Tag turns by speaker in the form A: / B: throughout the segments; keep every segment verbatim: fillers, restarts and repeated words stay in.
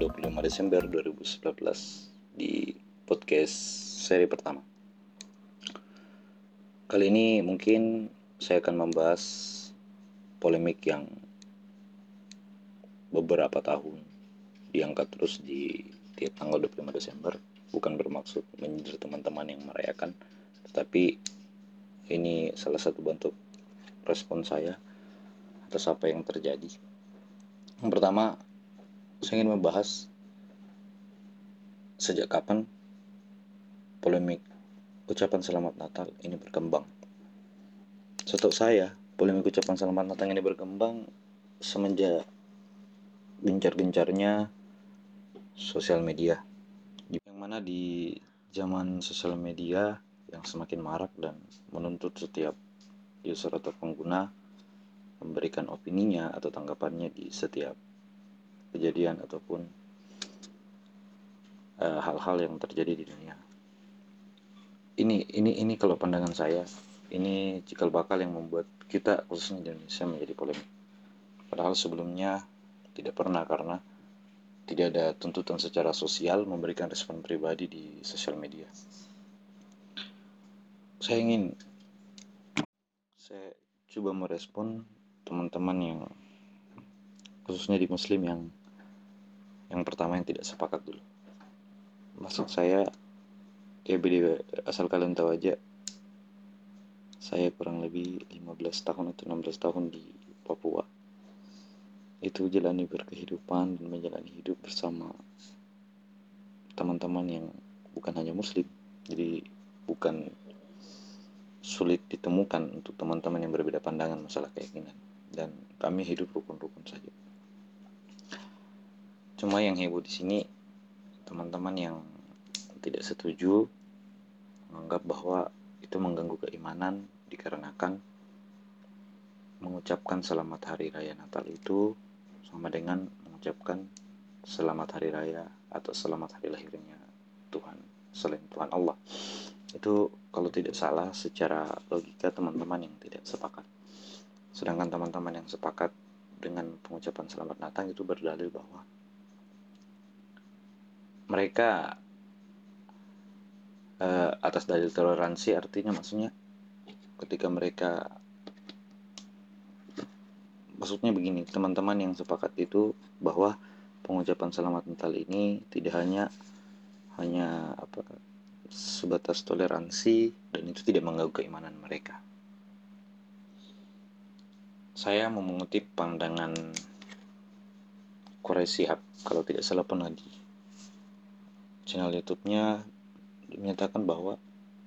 A: dua puluh lima Desember dua ribu sembilan belas di podcast seri pertama. Kali ini mungkin saya akan membahas polemik yang beberapa tahun diangkat terus di tiap tanggal dua puluh lima Desember. Bukan bermaksud menyindir teman-teman yang merayakan, tetapi ini salah satu bentuk respon saya atas apa yang terjadi. Yang pertama, saya ingin membahas sejak kapan polemik ucapan selamat Natal ini berkembang. Setahu saya, polemik ucapan selamat Natal ini berkembang semenjak gencar-gencarnya sosial media, yang mana di zaman sosial media yang semakin marak dan menuntut setiap user atau pengguna memberikan opininya atau tanggapannya di setiap kejadian ataupun uh, hal-hal yang terjadi di dunia. Ini ini ini kalau pandangan saya, ini cikal bakal yang membuat kita khususnya di Indonesia menjadi polemik. Padahal sebelumnya tidak pernah, karena tidak ada tuntutan secara sosial memberikan respon pribadi di sosial media. Saya ingin saya coba merespon teman-teman yang khususnya di Muslim yang yang pertama yang tidak sepakat dulu. Maksud saya, ya beda, asal kalian tahu aja, saya kurang lebih lima belas tahun atau enam belas tahun di Papua. Itu jalani berkehidupan dan menjalani hidup bersama teman-teman yang bukan hanya Muslim. Jadi bukan sulit ditemukan untuk teman-teman yang berbeda pandangan masalah keyakinan, dan kami hidup rukun-rukun saja. Cuma yang heboh di sini teman-teman yang tidak setuju menganggap bahwa itu mengganggu keimanan dikarenakan mengucapkan selamat hari raya Natal itu sama dengan mengucapkan selamat hari raya atau selamat hari lahirnya Tuhan selain Tuhan Allah. Itu kalau tidak salah secara logika teman-teman yang tidak sepakat. Sedangkan teman-teman yang sepakat dengan pengucapan selamat Natal itu berdalil bahwa mereka uh, atas dalil toleransi, artinya maksudnya ketika mereka maksudnya begini, teman-teman yang sepakat itu bahwa pengucapan selamat Natal ini tidak hanya hanya apa sebatas toleransi dan itu tidak mengganggu keimanan mereka. Saya mau mengutip pandangan Quraisy Shihab, kalau tidak salah pernah di channel YouTube-nya menyatakan bahwa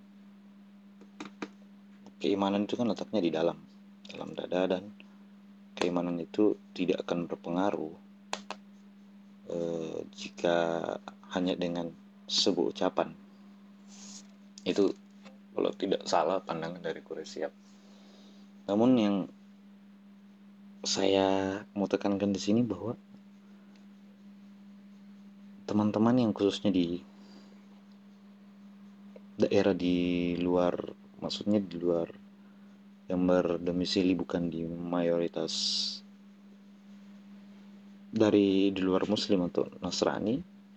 A: keimanan itu kan letaknya di dalam dalam dada, dan keimanan itu tidak akan berpengaruh eh, jika hanya dengan sebuah ucapan. Itu kalau tidak salah pandangan dari Quraisy Shihab. Namun yang saya mau tekankan di sini bahwa teman-teman yang khususnya di daerah di luar, maksudnya di luar yang berdomisili bukan di mayoritas dari di luar Muslim atau Nasrani,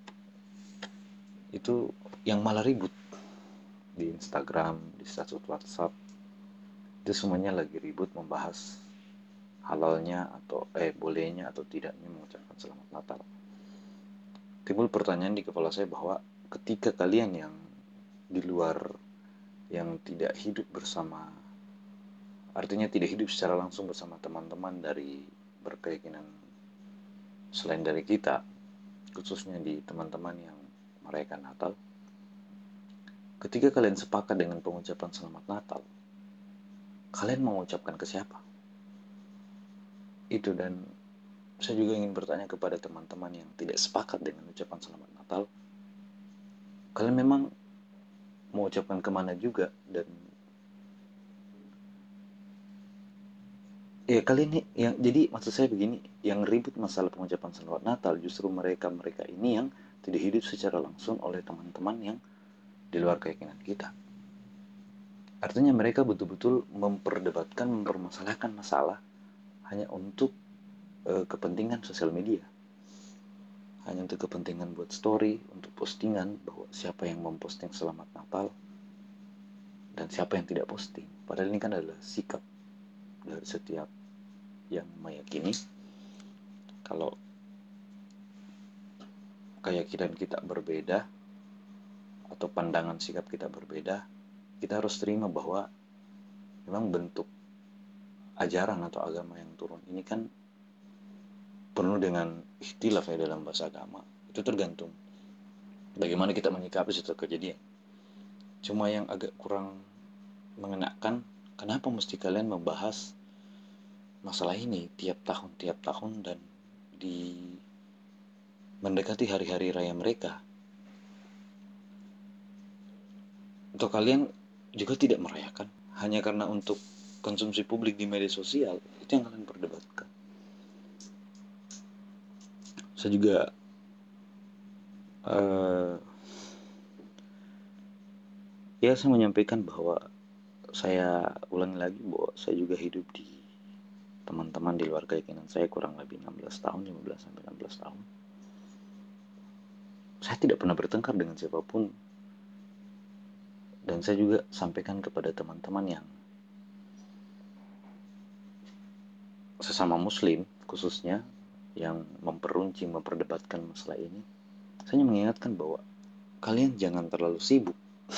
A: itu yang malah ribut di Instagram, di status WhatsApp, itu semuanya lagi ribut membahas halalnya atau eh bolehnya atau tidaknya mengucapkan selamat Natal. Timbul pertanyaan di kepala saya bahwa ketika kalian yang di luar, yang tidak hidup bersama, artinya tidak hidup secara langsung bersama teman-teman dari berkeyakinan selain dari kita, khususnya di teman-teman yang merayakan Natal, ketika kalian sepakat dengan pengucapan selamat Natal, kalian mengucapkan ke siapa? Itu. Dan saya juga ingin bertanya kepada teman-teman yang tidak sepakat dengan ucapan selamat Natal, kalian memang mengucapkan kemana juga? Dan ya kali ini yang jadi maksud saya begini, yang ribut masalah pengucapan selamat Natal justru mereka-mereka ini yang tidak hidup secara langsung oleh teman-teman yang di luar keyakinan kita. Artinya mereka betul-betul memperdebatkan, mempermasalahkan masalah hanya untuk e, kepentingan sosial media. hanya untuk kepentingan buat story, untuk postingan, bahwa siapa yang memposting selamat Natal dan siapa yang tidak posting. Padahal ini kan adalah sikap dari setiap yang meyakini kalau keyakinan kita berbeda atau pandangan sikap kita berbeda, kita harus terima bahwa memang bentuk ajaran atau agama yang turun ini kan penuh dengan ikhtilaf ya dalam bahasa agama. Itu tergantung bagaimana kita menyikapi suatu kejadian. Cuma yang agak kurang mengenakan, kenapa mesti kalian membahas masalah ini tiap tahun tiap tahun dan di mendekati hari-hari raya mereka. Atau kalian juga tidak merayakan hanya karena untuk konsumsi publik di media sosial. Itu yang kalian perdebatkan. Saya juga uh, ya saya menyampaikan bahwa saya ulangi lagi bahwa saya juga hidup di teman-teman di luar keyakinan saya kurang lebih enam belas tahun, lima belas sampai enam belas tahun. Saya tidak pernah bertengkar dengan siapapun. Dan saya juga sampaikan kepada teman-teman yang sesama muslim khususnya yang memperuncing, memperdebatkan masalah ini. Saya mengingatkan bahwa kalian jangan terlalu sibuk.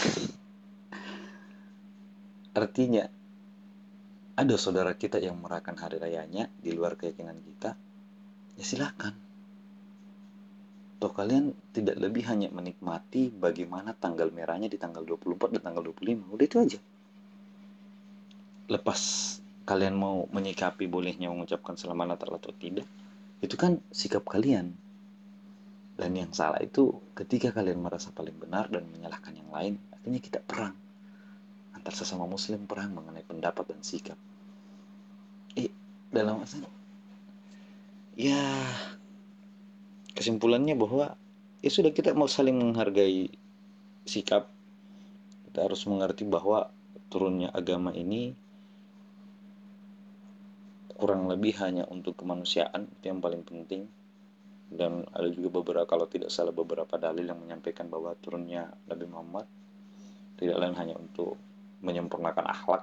A: Artinya ada saudara kita yang merayakan hari rayanya di luar keyakinan kita, ya silakan. Toh kalian tidak lebih hanya menikmati bagaimana tanggal merahnya di tanggal dua puluh empat dan tanggal dua puluh lima. Udah itu aja. Lepas kalian mau menyikapi bolehnya mengucapkan selamat Natal atau tidak, itu kan sikap kalian. Dan yang salah itu ketika kalian merasa paling benar dan menyalahkan yang lain, akhirnya kita perang. Antar sesama muslim perang mengenai pendapat dan sikap. Eh, dalam asal ya kesimpulannya bahwa ya sudah, kita mau saling menghargai sikap. Kita harus mengerti bahwa turunnya agama ini kurang lebih hanya untuk kemanusiaan, itu yang paling penting. Dan ada juga beberapa, kalau tidak salah beberapa dalil yang menyampaikan bahwa turunnya Nabi Muhammad tidak lain hanya untuk menyempurnakan akhlak.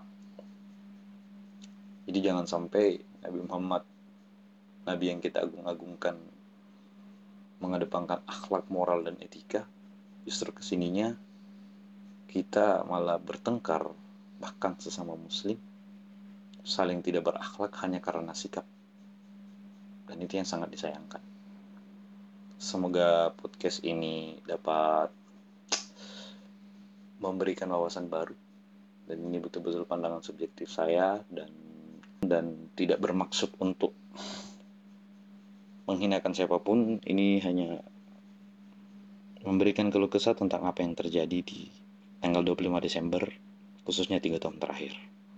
A: Jadi jangan sampai Nabi Muhammad, Nabi yang kita agung-agungkan, mengedepankan akhlak, moral, dan etika, justru kesininya kita malah bertengkar, bahkan sesama muslim saling tidak berakhlak hanya karena sikap. Dan itu yang sangat disayangkan. Semoga podcast ini dapat memberikan wawasan baru, dan ini betul-betul pandangan subjektif saya, dan dan tidak bermaksud untuk menghinakan siapapun. Ini hanya memberikan keluh kesah tentang apa yang terjadi di tanggal dua puluh lima Desember, khususnya tiga tahun terakhir.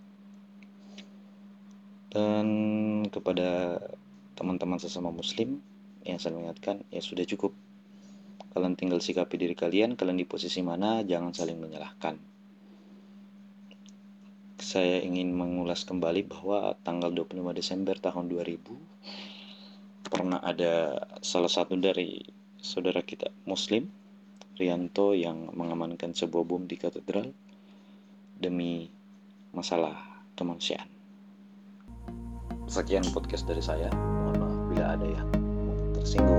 A: Dan kepada teman-teman sesama muslim yang saya ingatkan, ya sudah cukup. Kalian tinggal sikapi diri kalian, kalian di posisi mana, jangan saling menyalahkan. Saya ingin mengulas kembali bahwa tanggal dua puluh lima Desember tahun dua ribu pernah ada salah satu dari saudara kita muslim, Rianto, yang mengamankan sebuah bom di katedral demi masalah kemanusiaan. Sekian podcast dari saya. Mohon maaf bila ada yang tersinggung.